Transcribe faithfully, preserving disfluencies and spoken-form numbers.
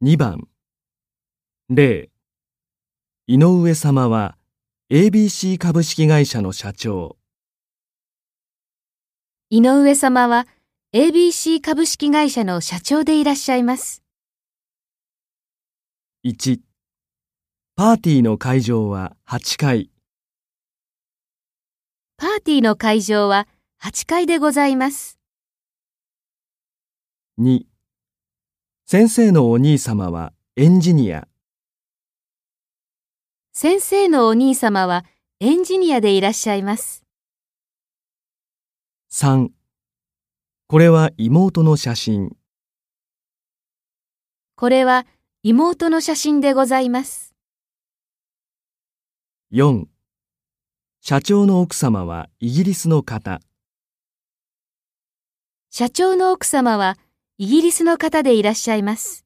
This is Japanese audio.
にばん、例、井上様は エービーシー 株式会社の社長。 井上様は エービーシー 株式会社の社長でいらっしゃいます。 いち、パーティーの会場ははちかい。 パーティーの会場ははちかいでございます。 に、先生のお兄様はエンジニア。 先生のお兄様はエンジニアでいらっしゃいます。 さん、これは妹の写真。 これは妹の写真でございます。 よん、社長の奥様はイギリスの方。 社長の奥様はイギリスの方でいらっしゃいます。